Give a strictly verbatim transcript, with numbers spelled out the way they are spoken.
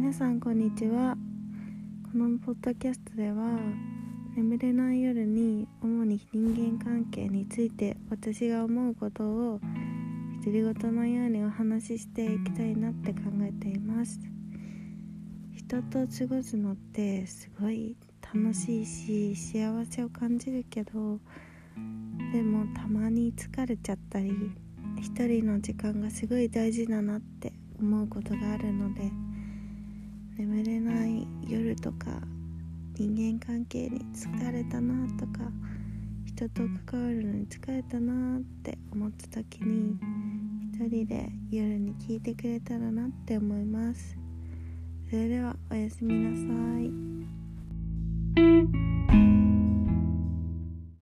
皆さんこんにちは。このポッドキャストでは眠れない夜に主に人間関係について私が思うことを独り言のようにお話ししていきたいなって考えています。人と過ごすのってすごい楽しいし幸せを感じるけど、でもたまに疲れちゃったり一人の時間がすごい大事だなって思うことがあるので、眠れない夜とか人間関係に疲れたなとか人と関わるのに疲れたなって思った時に一人で夜に聞いてくれたらなって思います。それではおやすみなさい。